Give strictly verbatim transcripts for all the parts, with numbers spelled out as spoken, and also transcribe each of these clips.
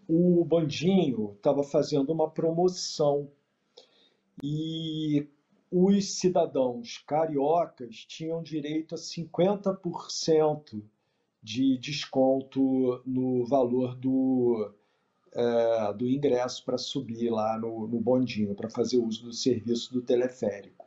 o Bandinho estava fazendo uma promoção e os cidadãos cariocas tinham direito a cinquenta por cento de desconto no valor do, é, do ingresso para subir lá no, no bondinho, para fazer uso do serviço do teleférico.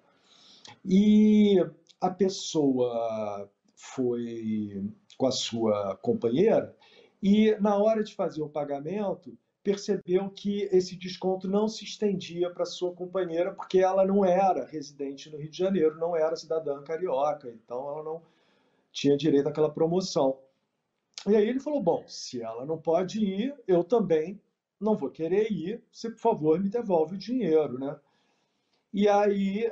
E a pessoa foi com a sua companheira e, na hora de fazer o pagamento, percebeu que esse desconto não se estendia para sua companheira, porque ela não era residente no Rio de Janeiro, não era cidadã carioca, então ela não tinha direito àquela promoção. E aí ele falou: bom, se ela não pode ir, eu também não vou querer ir, você, por favor, me devolve o dinheiro, né? E aí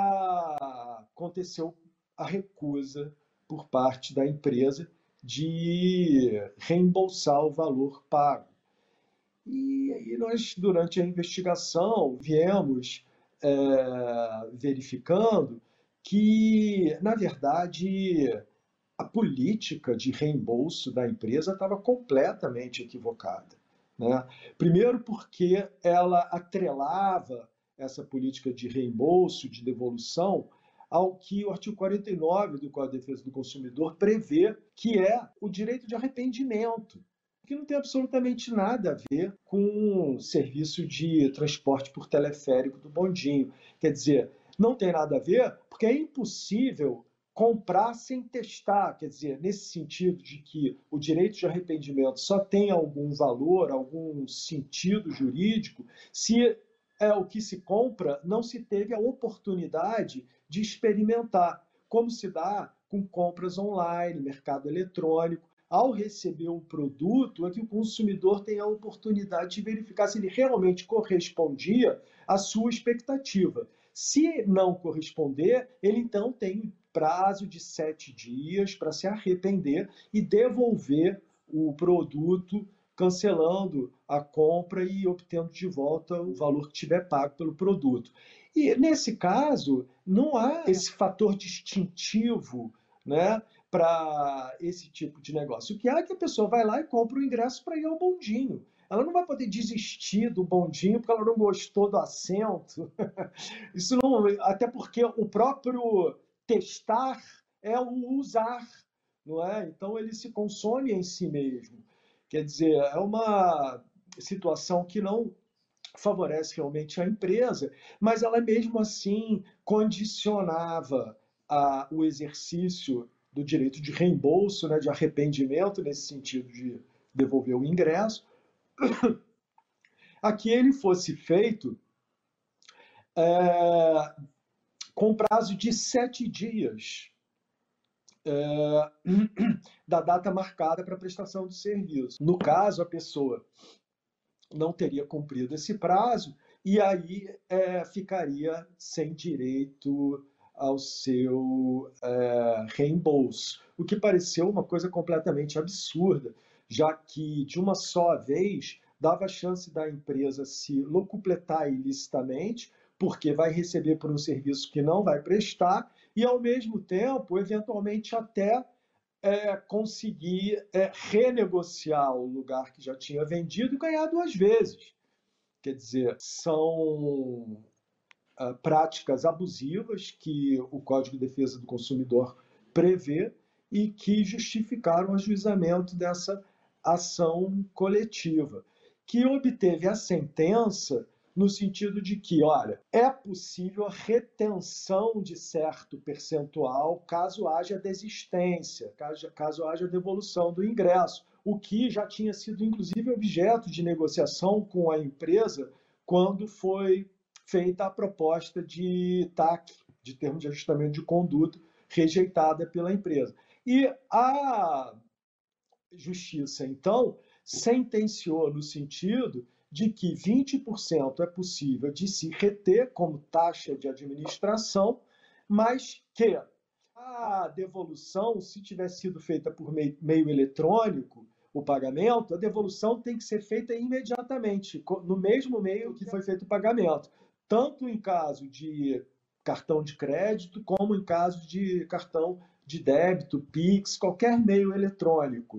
a- aconteceu a recusa por parte da empresa de reembolsar o valor pago. E aí nós, durante a investigação, viemos é, verificando que, na verdade, a política de reembolso da empresa estava completamente equivocada, né? Primeiro porque ela atrelava essa política de reembolso, de devolução, ao que o artigo quarenta e nove do Código de Defesa do Consumidor prevê, que é o direito de arrependimento, que não tem absolutamente nada a ver com o serviço de transporte por teleférico do bondinho. Quer dizer, não tem nada a ver porque é impossível comprar sem testar, quer dizer, nesse sentido de que o direito de arrependimento só tem algum valor, algum sentido jurídico, se é o que se compra não se teve a oportunidade de experimentar, como se dá com compras online, mercado eletrônico. Ao receber um produto, é que o consumidor tem a oportunidade de verificar se ele realmente correspondia à sua expectativa. Se não corresponder, ele então tem prazo de sete dias para se arrepender e devolver o produto, cancelando a compra e obtendo de volta o valor que tiver pago pelo produto. E nesse caso, não há esse fator distintivo, né, para esse tipo de negócio. O que há é que a pessoa vai lá e compra o ingresso para ir ao bondinho. Ela não vai poder desistir do bondinho porque ela não gostou do assento. Isso não, até porque o próprio testar é o usar, não é? Então ele se consome em si mesmo. Quer dizer, é uma situação que não favorece realmente a empresa, mas ela mesmo assim condicionava a, o exercício do direito de reembolso, né, de arrependimento, nesse sentido de devolver o ingresso, a que ele fosse feito é, com prazo de sete dias é, da data marcada para a prestação de serviço. No caso, a pessoa não teria cumprido esse prazo e aí é, ficaria sem direito ao seu é, reembolso, o que pareceu uma coisa completamente absurda, já que de uma só vez dava a chance da empresa se locupletar ilicitamente, porque vai receber por um serviço que não vai prestar, e ao mesmo tempo, eventualmente até é, conseguir é, renegociar o lugar que já tinha vendido e ganhar duas vezes. Quer dizer, são uh, práticas abusivas que o Código de Defesa do Consumidor prevê e que justificaram o ajuizamento dessa ação coletiva, que obteve a sentença no sentido de que, olha, é possível a retenção de certo percentual caso haja desistência, caso, caso haja devolução do ingresso, o que já tinha sido, inclusive, objeto de negociação com a empresa quando foi feita a proposta de T A C, de termo de ajustamento de conduta, rejeitada pela empresa. E a justiça, então, sentenciou no sentido de que vinte por cento é possível de se reter como taxa de administração, mas que a devolução, se tiver sido feita por meio, meio eletrônico, o pagamento, a devolução tem que ser feita imediatamente, no mesmo meio que foi feito o pagamento, tanto em caso de cartão de crédito, como em caso de cartão de débito, Pix, qualquer meio eletrônico.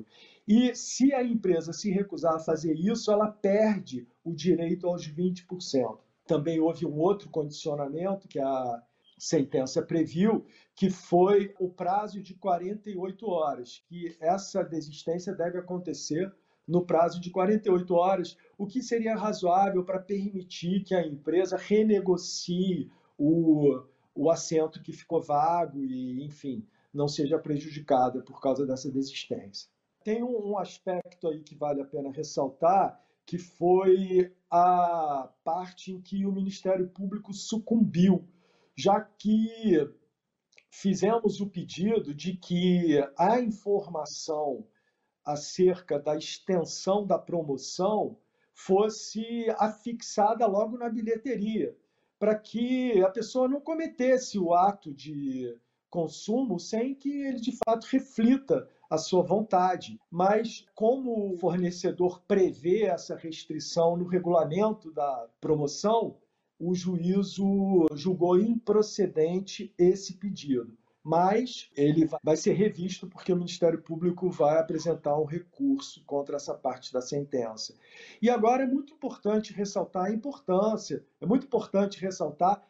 E se a empresa se recusar a fazer isso, ela perde o direito aos vinte por cento. Também houve um outro condicionamento que a sentença previu, que foi o prazo de quarenta e oito horas, que essa desistência deve acontecer no prazo de quarenta e oito horas, o que seria razoável para permitir que a empresa renegocie o, o assento que ficou vago e, enfim, não seja prejudicada por causa dessa desistência. Tem um aspecto aí que vale a pena ressaltar, que foi a parte em que o Ministério Público sucumbiu, já que fizemos o pedido de que a informação acerca da extensão da promoção fosse afixada logo na bilheteria, para que a pessoa não cometesse o ato de consumo sem que ele de fato reflita a sua vontade. Mas como o fornecedor prevê essa restrição no regulamento da promoção, o juízo julgou improcedente esse pedido. Mas ele vai ser revisto porque o Ministério Público vai apresentar um recurso contra essa parte da sentença. E agora é muito importante ressaltar a importância, é muito importante ressaltar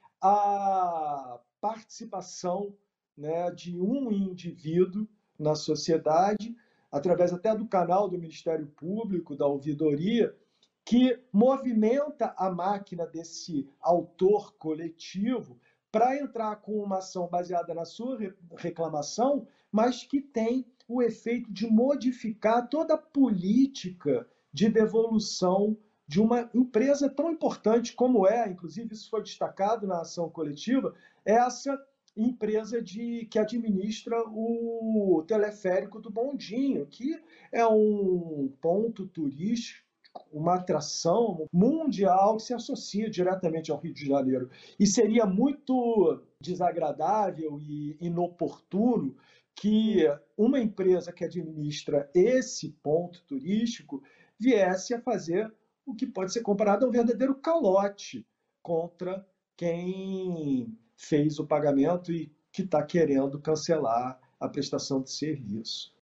a participação, né, de um indivíduo na sociedade, através até do canal do Ministério Público, da ouvidoria, que movimenta a máquina desse autor coletivo para entrar com uma ação baseada na sua reclamação, mas que tem o efeito de modificar toda a política de devolução de uma empresa tão importante como é, inclusive isso foi destacado na ação coletiva, essa empresa de, que administra o teleférico do Bondinho, que é um ponto turístico, uma atração mundial que se associa diretamente ao Rio de Janeiro. E seria muito desagradável e inoportuno que uma empresa que administra esse ponto turístico viesse a fazer o que pode ser comparado a um verdadeiro calote contra quem fez o pagamento e que está querendo cancelar a prestação de serviço.